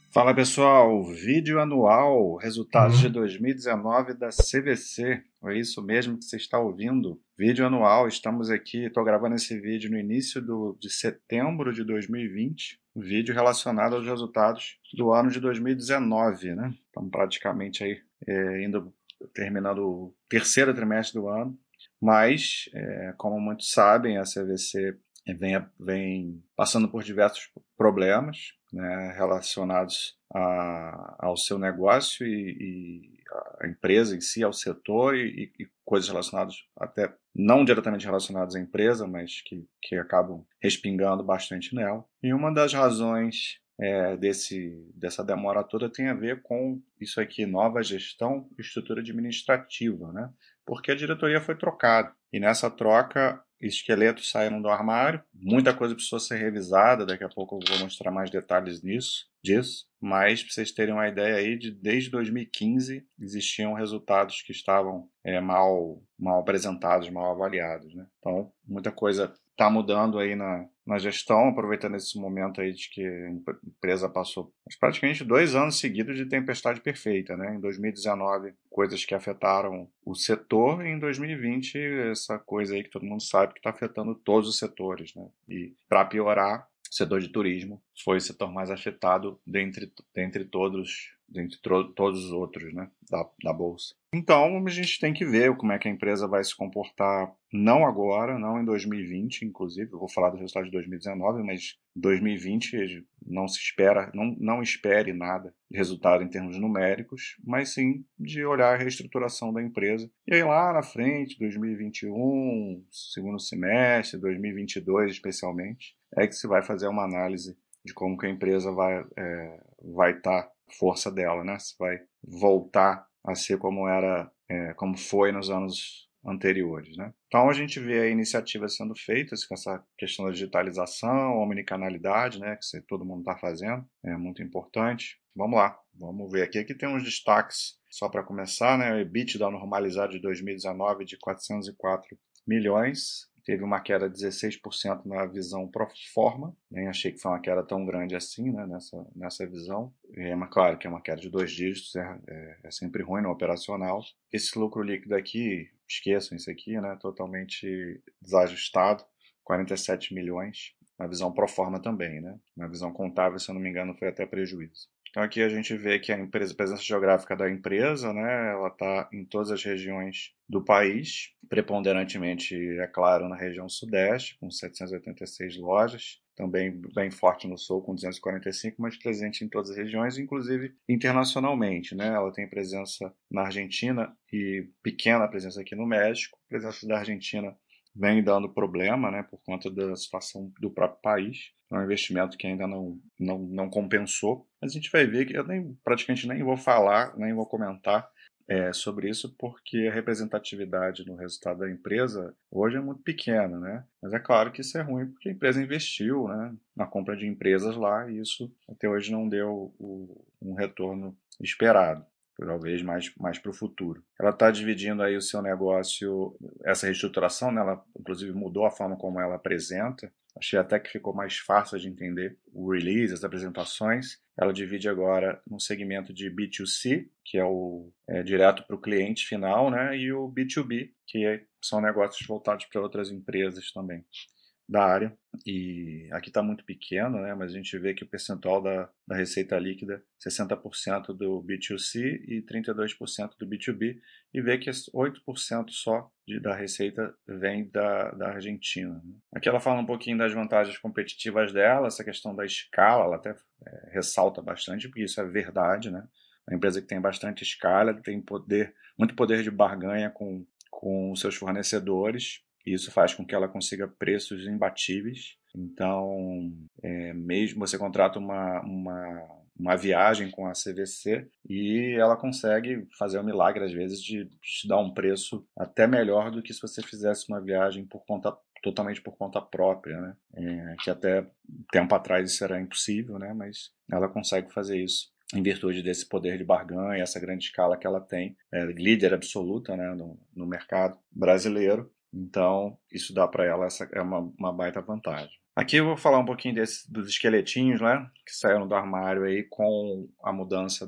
Fala pessoal, vídeo anual, resultados de Hum, 2019 da CVC. É isso mesmo que você está ouvindo. Vídeo anual, estamos aqui, estou gravando esse vídeo no início de setembro de 2020, um vídeo relacionado aos resultados do ano de 2019, né? Estamos praticamente aí indo terminando o terceiro trimestre do ano, mas, como muitos sabem, a CVC vem passando por diversos problemas, né, relacionados ao seu negócio e à empresa em si, ao setor e coisas relacionadas, até não diretamente relacionadas à empresa, mas que acabam respingando bastante nela. E uma das razões dessa demora toda tem a ver com isso aqui, nova gestão e estrutura administrativa, né? Porque a diretoria foi trocada. E nessa troca, esqueletos saíram do armário, muita coisa precisou ser revisada, daqui a pouco eu vou mostrar mais detalhes disso, mas para vocês terem uma ideia aí, desde 2015 existiam resultados que estavam mal apresentados, mal avaliados, né? Então, muita coisa está mudando aí na gestão, aproveitando esse momento aí de que a empresa passou praticamente 2 anos seguidos de tempestade perfeita, né? Em 2019, coisas que afetaram o setor, e em 2020, essa coisa aí que todo mundo sabe que está afetando todos os setores, né? E, para piorar, o setor de turismo foi o setor mais afetado todos os outros, né, da Bolsa. Então, a gente tem que ver como é que a empresa vai se comportar, não agora, não em 2020, inclusive. Eu vou falar dos resultados de 2019, mas 2020 não se espera, não espere nada de resultado em termos numéricos, mas sim de olhar a reestruturação da empresa. E aí lá na frente, 2021, segundo semestre, 2022 especialmente, é que se vai fazer uma análise de como que a empresa vai estar, força dela, né? Se vai voltar a ser como era, como foi nos anos anteriores, né? Então a gente vê a iniciativa sendo feitas com essa questão da digitalização, omnicanalidade, né? Que todo mundo está fazendo, é muito importante. Vamos lá, vamos ver aqui. Aqui tem uns destaques só para começar, né? O EBITDA normalizado de 2019 de 404 milhões, teve uma queda de 16% na visão pro forma, nem achei que foi uma queda tão grande assim, né, nessa visão. Mas claro que é uma queda de 2 dígitos, é sempre ruim no operacional. Esse lucro líquido aqui, esqueçam isso aqui, né, totalmente desajustado, 47 milhões, na visão pro forma também, né, na visão contábil, se eu não me engano, foi até prejuízo. Então aqui a gente vê que a presença geográfica da empresa, né, ela está em todas as regiões do país, preponderantemente, é claro, na região sudeste, com 786 lojas, também bem forte no sul, com 245, mas presente em todas as regiões, inclusive internacionalmente, né? Ela tem presença na Argentina e pequena presença aqui no México. A presença da Argentina vem dando problema, né, por conta da situação do próprio país. É um investimento que ainda não compensou. Mas a gente vai ver que eu praticamente nem vou falar, nem vou comentar sobre isso, porque a representatividade no resultado da empresa hoje é muito pequena, né? Mas é claro que isso é ruim porque a empresa investiu, né, na compra de empresas lá, e isso até hoje não deu um retorno esperado, talvez mais para o futuro. Ela está dividindo aí o seu negócio, essa reestruturação, né, ela inclusive mudou a forma como ela apresenta. Achei até que ficou mais fácil de entender o release, as apresentações. Ela divide agora no segmento de B2C, que é direto para o cliente final, né? E o B2B, são negócios voltados para outras empresas também da área. E aqui está muito pequeno, né? Mas a gente vê que o percentual da receita líquida, 60% do B2C e 32% do B2B, e vê que 8% só da receita vem da Argentina, né? Aqui ela fala um pouquinho das vantagens competitivas dela, essa questão da escala, ela até ressalta bastante, porque isso é verdade, né? Uma empresa que tem bastante escala, tem muito poder de barganha com os seus fornecedores, e isso faz com que ela consiga preços imbatíveis. Então, mesmo você contrata uma viagem com a CVC e ela consegue fazer o milagre, às vezes, de te dar um preço até melhor do que se você fizesse uma viagem totalmente por conta própria, né? Que até tempo atrás isso era impossível, né? Mas ela consegue fazer isso em virtude desse poder de barganha, essa grande escala que ela tem, líder absoluta, né, no mercado brasileiro. Então, isso dá para ela, essa é uma baita vantagem. Aqui eu vou falar um pouquinho dos esqueletinhos, né, que saíram do armário aí com a mudança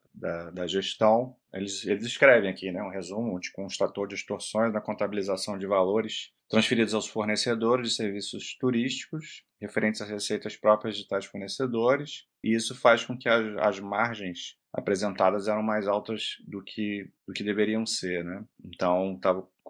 da gestão. Eles escrevem aqui, né, um resumo, onde constatou distorções na contabilização de valores transferidos aos fornecedores de serviços turísticos, referentes às receitas próprias de tais fornecedores, e isso faz com que as margens apresentadas eram mais altas do que deveriam ser, né? Então,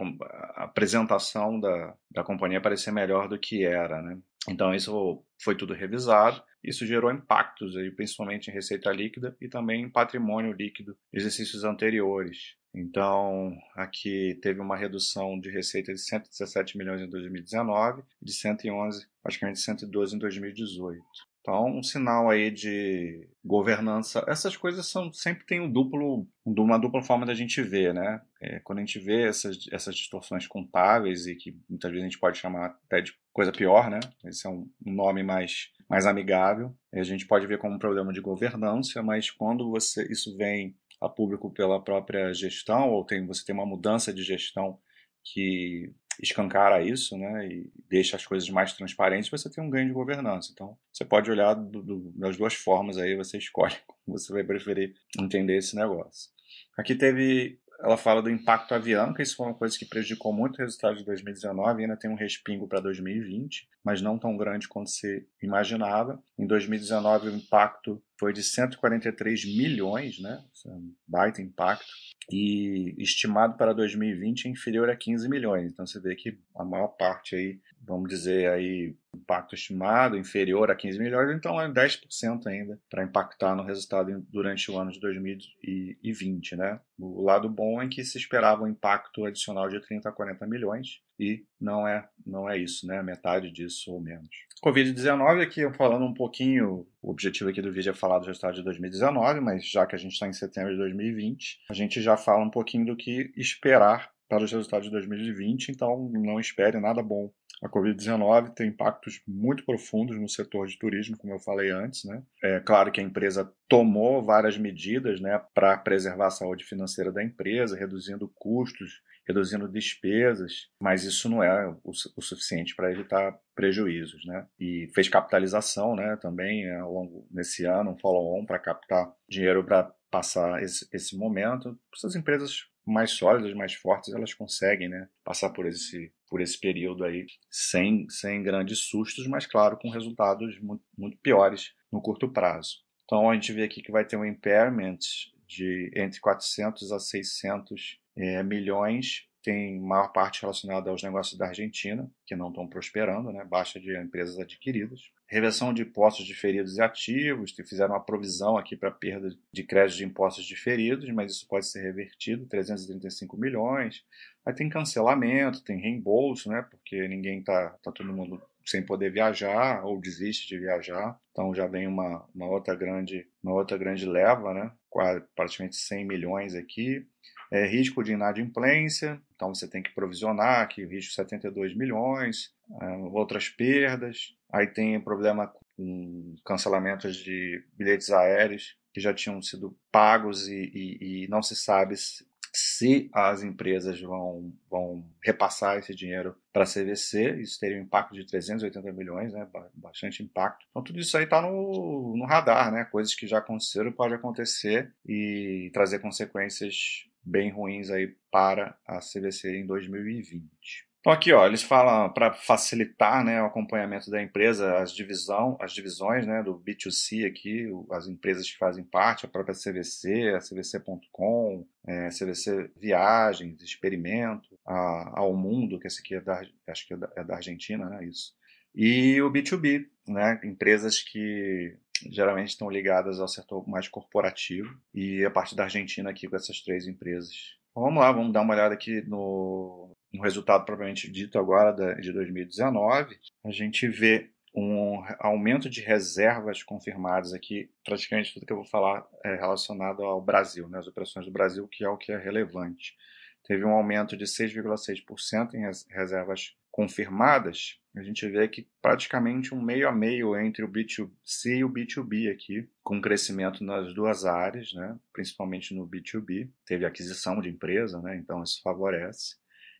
a apresentação da companhia parecia melhor do que era, né? Então, isso foi tudo revisado. Isso gerou impactos, aí, principalmente em receita líquida e também em patrimônio líquido de exercícios anteriores. Então, aqui teve uma redução de receita de 117 milhões em 2019 e de 111, praticamente 112 em 2018. Então, um sinal aí de governança. Essas coisas sempre tem uma dupla forma da gente ver, né? Quando a gente vê essas distorções contábeis e que muitas vezes a gente pode chamar até de coisa pior, né? Esse é um nome mais amigável. A gente pode ver como um problema de governança, mas quando isso vem a público pela própria gestão, ou você tem uma mudança de gestão que escancara isso, né, e deixa as coisas mais transparentes, você tem um ganho de governança. Então, você pode olhar das duas formas aí, você escolhe como você vai preferir entender esse negócio. Aqui ela fala do impacto Avianca, isso foi uma coisa que prejudicou muito o resultado de 2019, e ainda tem um respingo para 2020, mas não tão grande quanto se imaginava. Em 2019 o impacto foi de 143 milhões, né? Isso é um baita impacto. E estimado para 2020 é inferior a 15 milhões. Então você vê que a maior parte aí, vamos dizer aí, impacto estimado inferior a 15 milhões, então é 10% ainda para impactar no resultado durante o ano de 2020, né? O lado bom é que se esperava um impacto adicional de 30 a 40 milhões e não é isso, né? Metade disso ou menos. Covid-19, aqui falando um pouquinho, o objetivo aqui do vídeo é falar do resultado de 2019, mas já que a gente está em setembro de 2020, a gente já fala um pouquinho do que esperar para os resultados de 2020, então não espere nada bom. A Covid-19 tem impactos muito profundos no setor de turismo, como eu falei antes, né? É claro que a empresa tomou várias medidas, né, para preservar a saúde financeira da empresa, reduzindo custos, reduzindo despesas, mas isso não é o suficiente para evitar prejuízos, né? E fez capitalização, né, também nesse ano, um follow-on para captar dinheiro para passar esse momento. Essas empresas mais sólidas, mais fortes, elas conseguem, né, passar por esse período aí sem grandes sustos, mas claro, com resultados muito, muito piores no curto prazo. Então a gente vê aqui que vai ter um impairment de entre 400 a 600 milhões, tem maior parte relacionada aos negócios da Argentina, que não estão prosperando, né? Baixa de empresas adquiridas. Reversão de impostos diferidos e ativos, fizeram uma provisão aqui para perda de crédito de impostos diferidos, mas isso pode ser revertido, 335 milhões. Aí tem cancelamento, tem reembolso, né? Porque ninguém tá todo mundo sem poder viajar ou desiste de viajar. Então já vem uma outra grande leva, né? Praticamente 100 milhões aqui. Risco de inadimplência, então você tem que provisionar aqui o risco 72 milhões, outras perdas. Aí tem problema com cancelamentos de bilhetes aéreos que já tinham sido pagos e não se sabe se as empresas vão repassar esse dinheiro para a CVC. Isso teria um impacto de 380 milhões, né? Bastante impacto. Então tudo isso aí está no radar, né? Coisas que já aconteceram, pode acontecer e trazer consequências bem ruins aí para a CVC em 2020. Então aqui, ó, eles falam para facilitar, né, o acompanhamento da empresa, as divisões, né, do B2C aqui, as empresas que fazem parte, a própria CVC, a CVC.com, CVC Viagens, Experimento, a Ao Mundo, que esse aqui acho que é da Argentina, né, isso. E o B2B, né, empresas que geralmente estão ligadas ao setor mais corporativo, e a parte da Argentina aqui com essas três empresas. Então, vamos lá, vamos dar uma olhada aqui no resultado propriamente dito agora de 2019. A gente vê um aumento de reservas confirmadas aqui, praticamente tudo que eu vou falar é relacionado ao Brasil, né, as operações do Brasil, que é o que é relevante. Teve um aumento de 6,6% em reservas confirmadas. A gente vê que praticamente um meio a meio entre o B2C e o B2B aqui, com crescimento nas duas áreas, né? Principalmente no B2B. Teve aquisição de empresa, né? Então isso favorece.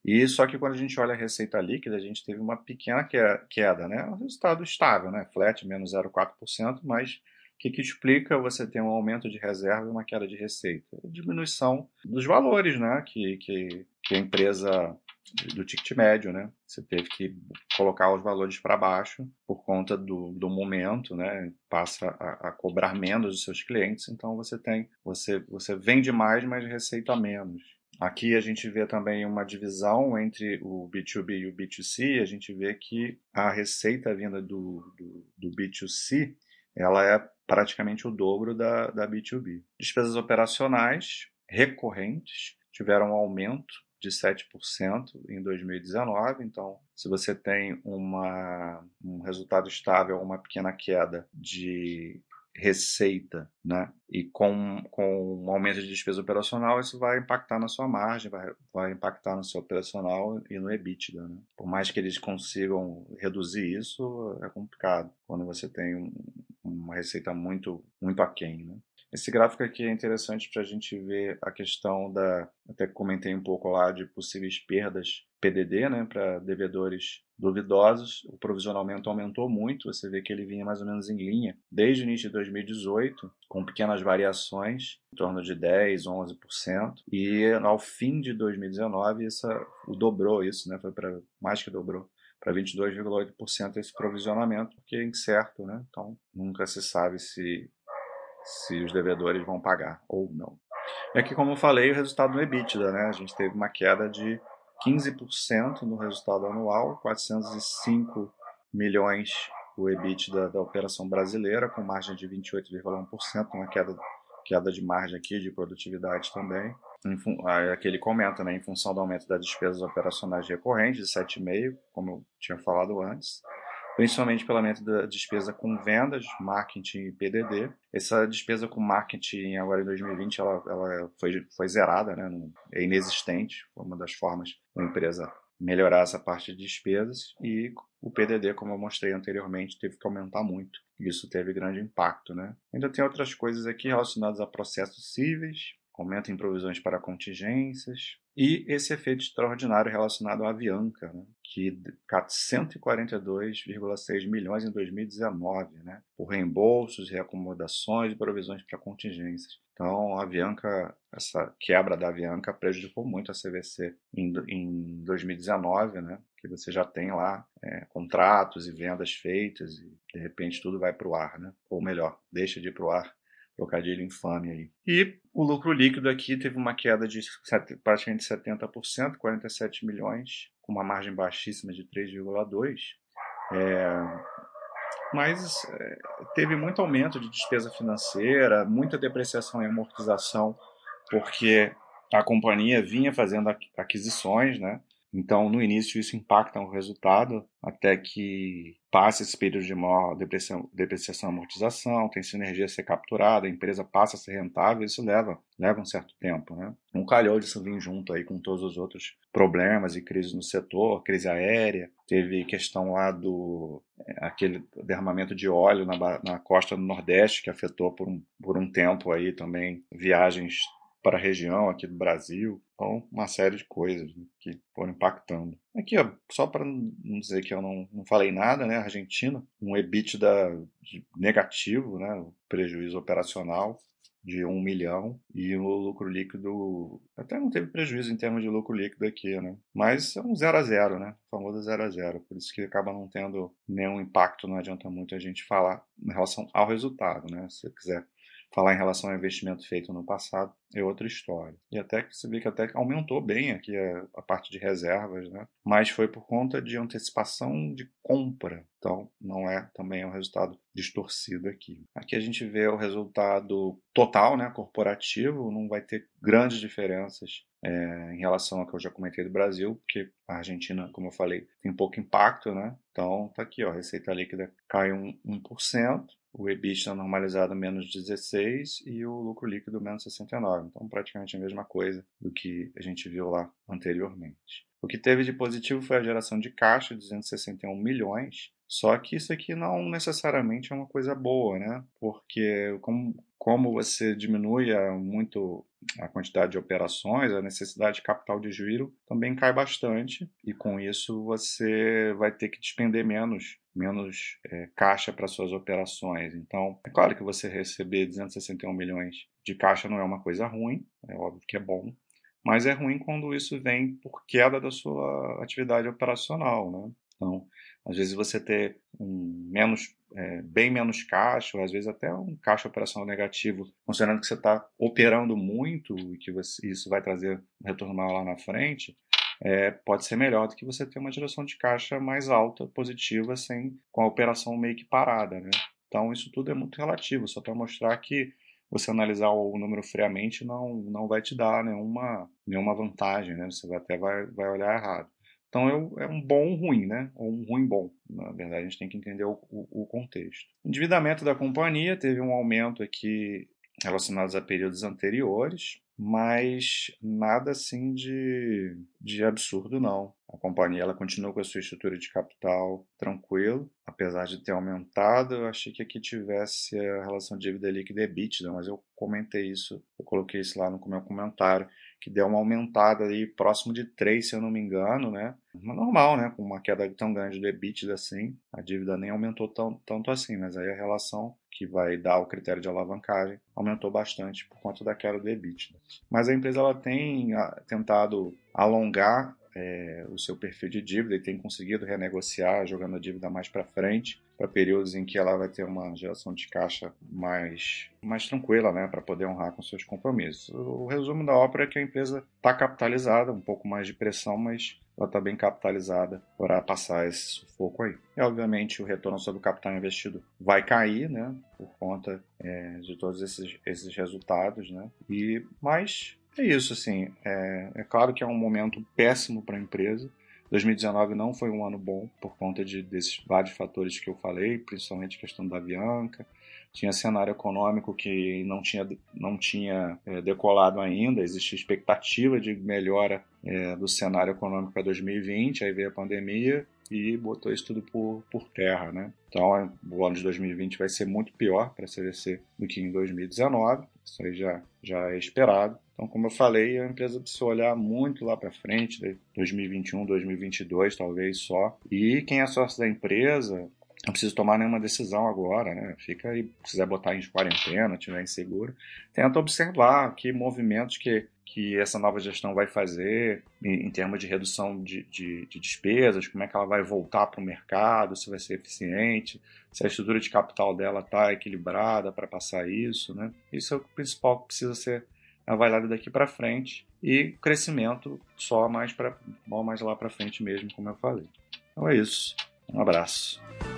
E só que quando a gente olha a receita líquida, a gente teve uma pequena queda, né? Um resultado estável, né? Flat, menos 0,4%, mas o que explica você ter um aumento de reserva e uma queda de receita? A diminuição dos valores, né? Que a empresa do ticket médio, né? Você teve que colocar os valores para baixo por conta do momento, né? Passa a cobrar menos dos seus clientes, então você vende mais, mas receita menos. Aqui a gente vê também uma divisão entre o B2B e o B2C. A gente vê que a receita vinda do B2C ela é praticamente o dobro da B2B. Despesas operacionais recorrentes tiveram um aumento de 7% em 2019. Então, se você tem um resultado estável, uma pequena queda de receita, né? E com um aumento de despesa operacional, isso vai impactar na sua margem, vai impactar no seu operacional e no EBITDA, né? Por mais que eles consigam reduzir isso, é complicado quando você tem uma receita muito aquém, né? Esse gráfico aqui é interessante para a gente ver a questão até comentei um pouco lá de possíveis perdas PDD, né, para devedores duvidosos. O provisionamento aumentou muito, você vê que ele vinha mais ou menos em linha desde o início de 2018, com pequenas variações, em torno de 10, 11%, e ao fim de 2019 dobrou isso, né, foi para mais que dobrou para 22,8% esse provisionamento, porque é incerto, né? Então nunca se sabe se os devedores vão pagar ou não. E aqui, como eu falei, o resultado no EBITDA, né? A gente teve uma queda de 15% no resultado anual, 405 milhões o EBITDA da operação brasileira, com margem de 28,1%, uma queda de margem aqui, de produtividade também. Aqui ele comenta, né, em função do aumento das despesas operacionais recorrentes, de 7,5%, como eu tinha falado antes, principalmente pelo aumento da despesa com vendas, marketing e PDD. Essa despesa com marketing agora em 2020 ela foi zerada, né? É inexistente, foi uma das formas da empresa melhorar essa parte de despesas, e o PDD, como eu mostrei anteriormente, teve que aumentar muito. Isso teve grande impacto, né? Ainda tem outras coisas aqui relacionadas a processos cíveis, aumento em provisões para contingências, e esse efeito extraordinário relacionado à Avianca, né, que 142,6 milhões em 2019, né, por reembolsos, reacomodações e provisões para contingências. Então, a Avianca, essa quebra da Avianca prejudicou muito a CVC em 2019, né, que você já tem lá contratos e vendas feitas e, de repente, tudo vai para o ar, né? Ou melhor, deixa de ir para o ar. Trocadilho infame aí. E o lucro líquido aqui teve uma queda de praticamente 70%, 47 milhões, com uma margem baixíssima de 3,2%. Mas teve muito aumento de despesa financeira, muita depreciação e amortização, porque a companhia vinha fazendo aquisições, né? Então, no início, isso impacta o resultado, até que passe esse período de maior depreciação e amortização, tem sinergia a ser capturada, a empresa passa a ser rentável, isso leva um certo tempo, né? Não calhou disso vir junto aí com todos os outros problemas e crises no setor, crise aérea, teve questão lá aquele derramamento de óleo na costa do Nordeste, que afetou por um tempo aí também viagens para a região aqui do Brasil. Então, uma série de coisas, né, que foram impactando. Aqui, ó, só para não dizer que eu não falei nada, né? Argentina, um EBITDA negativo, né? O prejuízo operacional de 1 milhão, e o lucro líquido até não teve prejuízo em termos de lucro líquido aqui, né? Mas é um 0 a 0, né? O famoso 0 a 0, por isso que acaba não tendo nenhum impacto, não adianta muito a gente falar em relação ao resultado, né? Se você quiser falar em relação ao investimento feito no passado, é outra história. E até que você vê que até aumentou bem aqui a parte de reservas, né? Mas foi por conta de antecipação de compra. Então, não é também um resultado distorcido aqui. Aqui a gente vê o resultado total, né, corporativo, não vai ter grandes diferenças em relação ao que eu já comentei do Brasil, porque a Argentina, como eu falei, tem pouco impacto, né? Então, tá aqui, ó, a receita líquida cai 1%, o EBITDA normalizado menos 16 e o lucro líquido menos 69. Então, praticamente a mesma coisa do que a gente viu lá anteriormente. O que teve de positivo foi a geração de caixa de 261 milhões, Só que isso aqui não necessariamente é uma coisa boa, né? Porque como você diminui muito a quantidade de operações, a necessidade de capital de giro também cai bastante, e com isso você vai ter que despender menos caixa para suas operações. Então, é claro que você receber 261 milhões de caixa não é uma coisa ruim, é óbvio que é bom, mas é ruim quando isso vem por queda da sua atividade operacional, né? Então, às vezes você ter bem menos caixa, ou às vezes até um caixa operacional negativo, considerando que você está operando muito e que isso vai trazer um retorno maior lá na frente, pode ser melhor do que você ter uma geração de caixa mais alta, positiva, com a operação meio que parada, né? Então, isso tudo é muito relativo, só para mostrar que você analisar o número friamente não vai te dar nenhuma vantagem, né? Você até vai olhar errado. Então é um bom ruim, né? Ou um ruim bom. Na verdade, a gente tem que entender o contexto. O endividamento da companhia teve um aumento aqui relacionado a períodos anteriores, mas nada assim de absurdo, não. A companhia ela continua com a sua estrutura de capital tranquilo, apesar de ter aumentado. Eu achei que aqui tivesse a relação dívida líquida e EBITDA, mas eu comentei isso, eu coloquei isso lá no meu comentário, que deu uma aumentada aí próximo de 3, se eu não me engano, né? Mas normal, né? Com uma queda tão grande do EBITDA assim, a dívida nem aumentou tanto assim, mas aí a relação que vai dar o critério de alavancagem aumentou bastante por conta da queda do EBITDA. Mas a empresa ela tem tentado alongar o seu perfil de dívida e tem conseguido renegociar, jogando a dívida mais para frente, para períodos em que ela vai ter uma geração de caixa mais tranquila, né, para poder honrar com seus compromissos. O resumo da ópera é que a empresa está capitalizada, um pouco mais de pressão, mas ela está bem capitalizada para passar esse sufoco aí. E, obviamente, o retorno sobre o capital investido vai cair, né, por conta de todos esses resultados, né, mas é isso, assim, é claro que é um momento péssimo para a empresa. 2019 não foi um ano bom por conta desses vários fatores que eu falei, principalmente a questão da Avianca. Tinha cenário econômico que não tinha decolado ainda, existia expectativa de melhora do cenário econômico para 2020, aí veio a pandemia e botou isso tudo por terra, né? Então, o ano de 2020 vai ser muito pior para a CVC do que em 2019, isso aí já é esperado. Então, como eu falei, a empresa precisa olhar muito lá para frente, 2021, 2022 talvez só. E quem é sócio da empresa não precisa tomar nenhuma decisão agora, né? Fica aí, se quiser botar em quarentena, tiver inseguro, tenta observar que movimentos que essa nova gestão vai fazer em termos de redução de despesas, como é que ela vai voltar para o mercado, se vai ser eficiente, se a estrutura de capital dela está equilibrada para passar isso, né? Isso é o principal que precisa ser avaliado daqui para frente, e crescimento só mais lá para frente mesmo, como eu falei. Então é isso. Um abraço.